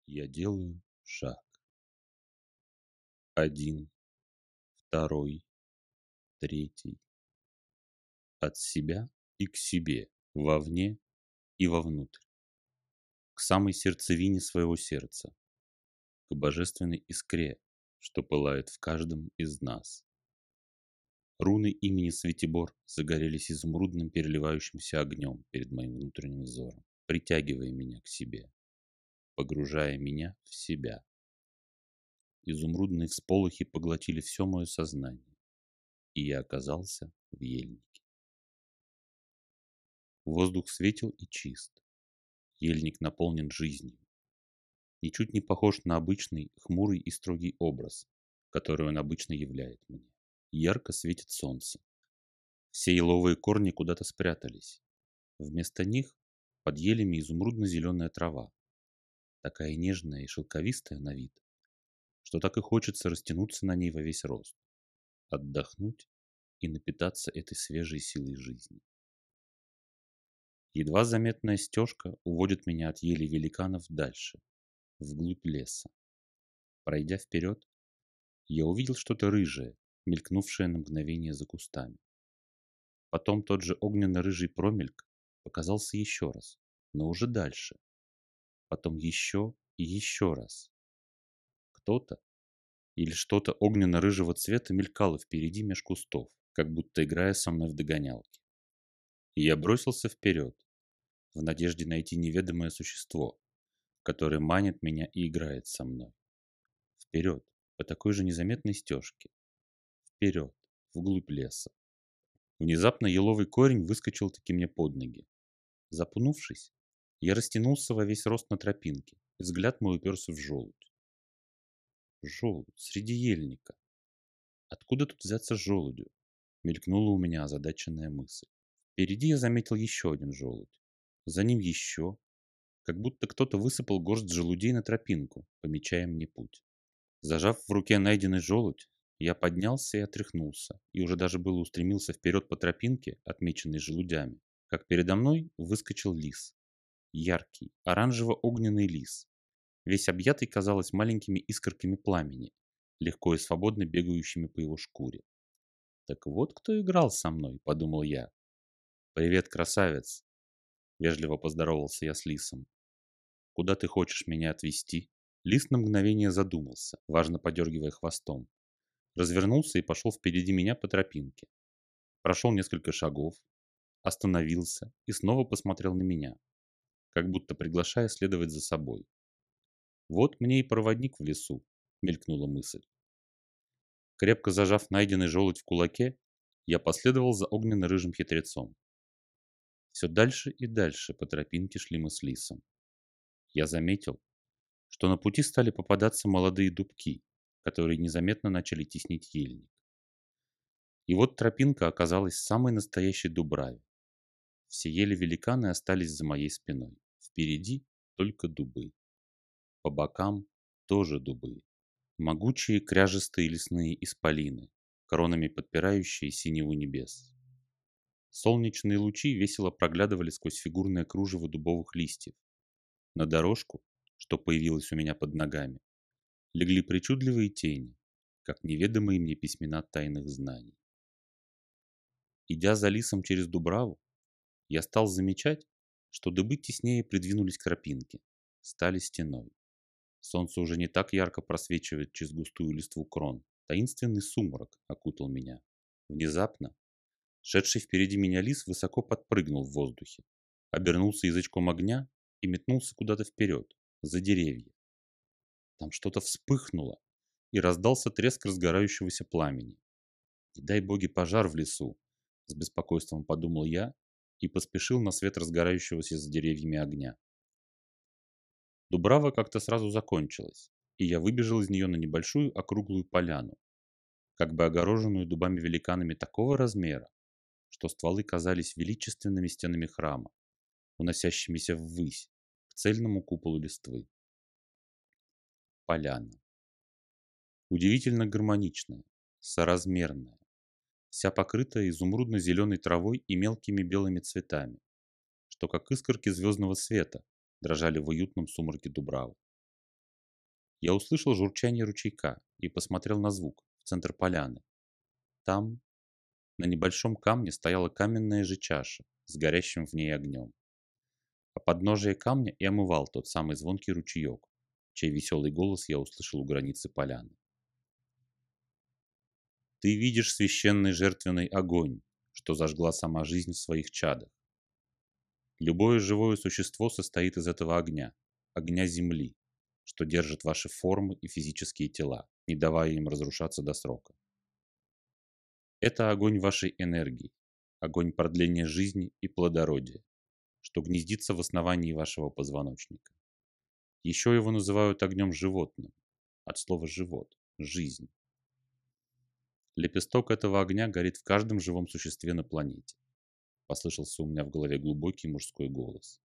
Я делаю шаг. Один, второй, третий. От себя и к себе, вовне и вовнутрь. К самой сердцевине своего сердца, к божественной искре, что пылает в каждом из нас. Руны имени Светибор загорелись изумрудным переливающимся огнем перед моим внутренним взором, притягивая меня к себе, погружая меня в себя. Изумрудные всполохи поглотили все мое сознание, и я оказался в ельнике. Воздух светел и чист. Ельник наполнен жизнью. Ничуть не похож на обычный, хмурый и строгий образ, который он обычно являет мне. Ярко светит солнце. Все еловые корни куда-то спрятались. Вместо них под елями изумрудно-зеленая трава, такая нежная и шелковистая на вид, что так и хочется растянуться на ней во весь рост, отдохнуть и напитаться этой свежей силой жизни. Едва заметная стежка уводит меня от ели великанов дальше, вглубь леса. Пройдя вперед, я увидел что-то рыжее, мелькнувшее на мгновение за кустами. Потом тот же огненно-рыжий промельк показался еще раз, но уже дальше. Потом еще и еще раз. Кто-то или что-то огненно-рыжего цвета мелькало впереди меж кустов, как будто играя со мной в догонялки. И я бросился вперед, в надежде найти неведомое существо, которое манит меня и играет со мной. Вперед, по такой же незаметной стежке. Вперед, вглубь леса. Внезапно еловый корень выскочил таки мне под ноги. Запнувшись, я растянулся во весь рост на тропинке, и взгляд мой уперся в желудь. Желудь среди ельника. Откуда тут взяться желудю? Мелькнула у меня озадаченная мысль. Впереди я заметил еще один желудь. За ним еще. Как будто кто-то высыпал горсть желудей на тропинку, помечая мне путь. Зажав в руке найденный желудь, я поднялся и отряхнулся, и уже даже было устремился вперед по тропинке, отмеченной желудями, как передо мной выскочил лис. Яркий, оранжево-огненный лис, весь объятый, казалось, маленькими искорками пламени, легко и свободно бегающими по его шкуре. «Так вот кто играл со мной», — подумал я. «Привет, красавец!» — вежливо поздоровался я с лисом. «Куда ты хочешь меня отвезти?» Лис на мгновение задумался, важно подергивая хвостом. Развернулся и пошел впереди меня по тропинке. Прошел несколько шагов, остановился и снова посмотрел на меня, как будто приглашая следовать за собой. «Вот мне и проводник в лесу», — мелькнула мысль. Крепко зажав найденный желудь в кулаке, я последовал за огненно-рыжим хитрецом. Все дальше и дальше по тропинке шли мы с лисом. Я заметил, что на пути стали попадаться молодые дубки, которые незаметно начали теснить ельник. И вот тропинка оказалась самой настоящей дубраве. Все ели-великаны остались за моей спиной. Впереди только дубы. По бокам тоже дубы. Могучие кряжестые лесные исполины, коронами подпирающие синеву небес. Солнечные лучи весело проглядывали сквозь фигурное кружево дубовых листьев. На дорожку, что появилась у меня под ногами, легли причудливые тени, как неведомые мне письмена тайных знаний. Идя за лисом через дубраву, я стал замечать, что дубы теснее придвинулись к тропинке, стали стеной. Солнце уже не так ярко просвечивает через густую листву крон. Таинственный сумрак окутал меня. Внезапно шедший впереди меня лис высоко подпрыгнул в воздухе, обернулся язычком огня и метнулся куда-то вперед, за деревья. Там что-то вспыхнуло, и раздался треск разгорающегося пламени. «Не дай боги пожар в лесу!» — с беспокойством подумал я и поспешил на свет разгорающегося за деревьями огня. Дубрава как-то сразу закончилась, и я выбежал из нее на небольшую округлую поляну, как бы огороженную дубами-великанами такого размера, что стволы казались величественными стенами храма, уносящимися ввысь, к цельному куполу листвы. Поляна. Удивительно гармоничная, соразмерная, вся покрытая изумрудно-зеленой травой и мелкими белыми цветами, что как искорки звездного света дрожали в уютном сумраке дубравы. Я услышал журчание ручейка и посмотрел на звук в центр поляны. Там, на небольшом камне, стояла каменная же чаша с горящим в ней огнем. А подножие камня и омывал тот самый звонкий ручеек, чей веселый голос я услышал у границы поляны. Ты видишь священный жертвенный огонь, что зажгла сама жизнь в своих чадах. Любое живое существо состоит из этого огня, огня Земли, что держит ваши формы и физические тела, не давая им разрушаться до срока. Это огонь вашей энергии, огонь продления жизни и плодородия, что гнездится в основании вашего позвоночника. Еще его называют огнем животным, от слова «живот» – «жизнь». Лепесток этого огня горит в каждом живом существе на планете. Послышался у меня в голове глубокий мужской голос.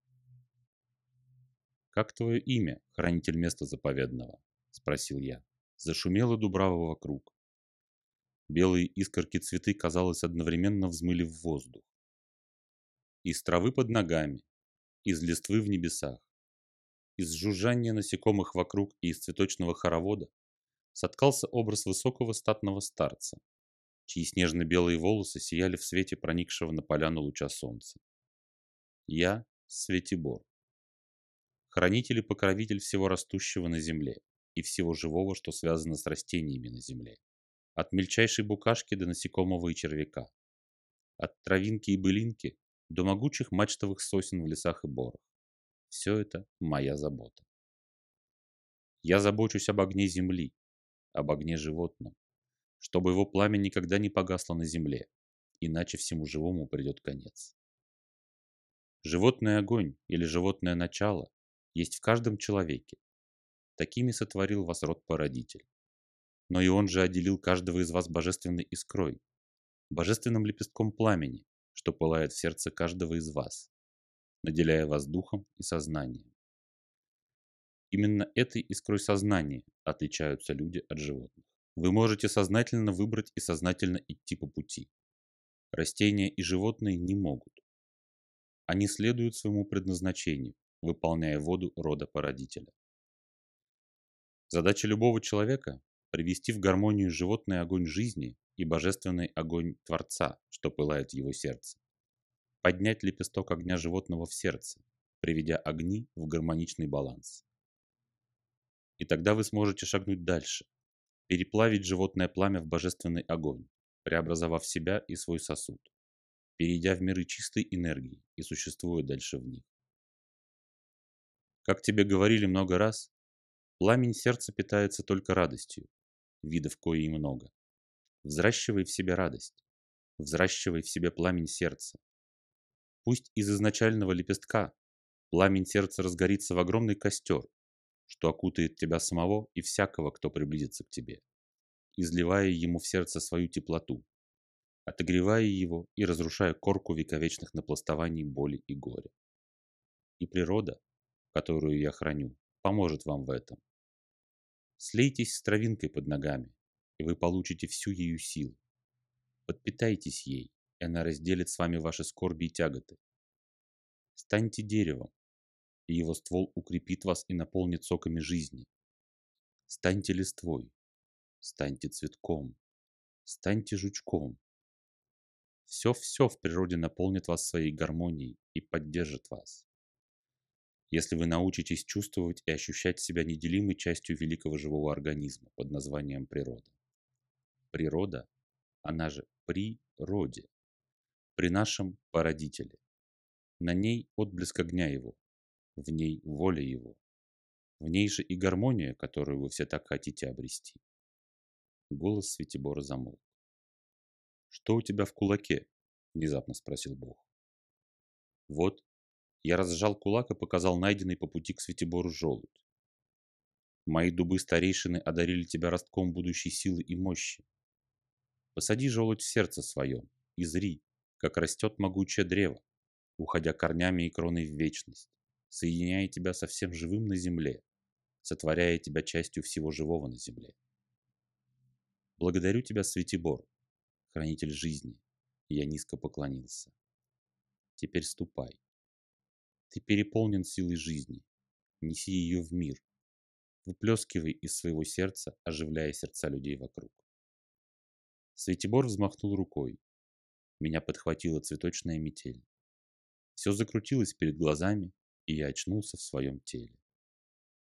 «Как твое имя, хранитель места заповедного?» – спросил я. Зашумела дубрава вокруг. Белые искорки цветы, казалось, одновременно взмыли в воздух. Из травы под ногами, из листвы в небесах, из жужжания насекомых вокруг и из цветочного хоровода соткался образ высокого статного старца, чьи снежно-белые волосы сияли в свете проникшего на поляну луча солнца. Я – Светибор, хранитель и покровитель всего растущего на земле и всего живого, что связано с растениями на земле, от мельчайшей букашки до насекомого и червяка, от травинки и былинки до могучих мачтовых сосен в лесах и борах. Все это моя забота. Я забочусь об огне земли, об огне животном, чтобы его пламя никогда не погасло на земле, иначе всему живому придет конец. Животный огонь или животное начало есть в каждом человеке. Такими сотворил вас род-породитель. Но и он же отделил каждого из вас божественной искрой, божественным лепестком пламени, что пылает в сердце каждого из вас, наделяя вас духом и сознанием. Именно этой искрой сознания отличаются люди от животных. Вы можете сознательно выбрать и сознательно идти по пути. Растения и животные не могут. Они следуют своему предназначению, выполняя воду рода породителя. Задача любого человека – привести в гармонию животный огонь жизни и божественный огонь Творца, что пылает в его сердце. Поднять лепесток огня животного в сердце, приведя огни в гармоничный баланс. И тогда вы сможете шагнуть дальше, переплавить животное пламя в божественный огонь, преобразовав себя и свой сосуд, перейдя в миры чистой энергии и существуя дальше в них. Как тебе говорили много раз, пламень сердца питается только радостью, видов кои и много. Взращивай в себе радость, взращивай в себе пламень сердца. Пусть из изначального лепестка пламень сердца разгорится в огромный костер, что окутает тебя самого и всякого, кто приблизится к тебе, изливая ему в сердце свою теплоту, отогревая его и разрушая корку вековечных напластований боли и горя. И природа, которую я храню, поможет вам в этом. Слейтесь с травинкой под ногами, и вы получите всю ее силу. Подпитайтесь ей, и она разделит с вами ваши скорби и тяготы. Станьте деревом, и его ствол укрепит вас и наполнит соками жизни. Станьте листвой, станьте цветком, станьте жучком. Все в природе наполнит вас своей гармонией и поддержит вас. Если вы научитесь чувствовать и ощущать себя неделимой частью великого живого организма под названием природа. Природа, она же природе, при нашем породителе. На ней отблеск огня его, в ней воля его, в ней же и гармония, которую вы все так хотите обрести. Голос Светибора замолк. «Что у тебя в кулаке?» – внезапно спросил Бог. «Вот». Я разжал кулак и показал найденный по пути к Светибору желудь. Мои дубы-старейшины одарили тебя ростком будущей силы и мощи. Посади желудь в сердце своем и зри, как растет могучее древо, уходя корнями и кроной в вечность, соединяя тебя со всем живым на земле, сотворяя тебя частью всего живого на земле. Благодарю тебя, Светибор, хранитель жизни, и я низко поклонился. Теперь ступай. Ты переполнен силой жизни, неси ее в мир, выплескивай из своего сердца, оживляя сердца людей вокруг. Светибор взмахнул рукой. Меня подхватила цветочная метель. Все закрутилось перед глазами, и я очнулся в своем теле.